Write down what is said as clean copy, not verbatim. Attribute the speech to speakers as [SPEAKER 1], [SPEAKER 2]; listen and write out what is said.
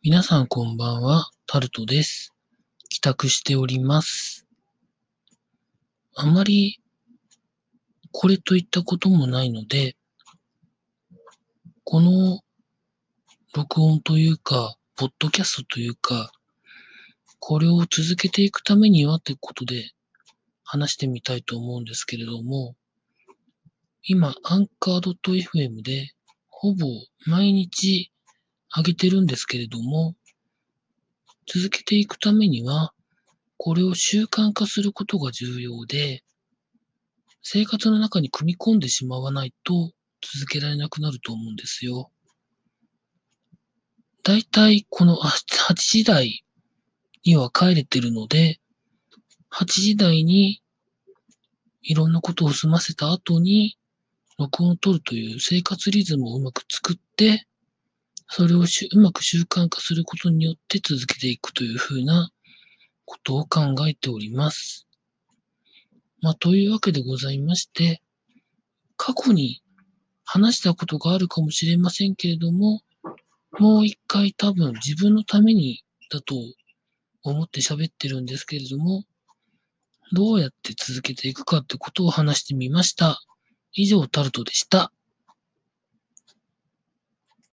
[SPEAKER 1] 皆さんこんばんは、タルトです。帰宅しております。あまりこれといったこともないので、この録音というか、ポッドキャストというか、これを続けていくためにはということで話してみたいと思うんですけれども、今、アンカー .fm でほぼ毎日上げてるんですけれども、続けていくためには、これを習慣化することが重要で、生活の中に組み込んでしまわないと続けられなくなると思うんですよ。だいたいこの8時台には帰れてるので、8時台にいろんなことを済ませた後に録音を取るという生活リズムをうまく作って、それをうまく習慣化することによって続けていくというふうなことを考えております。というわけでございまして、過去に話したことがあるかもしれませんけれども、もう一回多分自分のためにだと思って喋ってるんですけれども、どうやって続けていくかってことを話してみました。以上、タルトでした。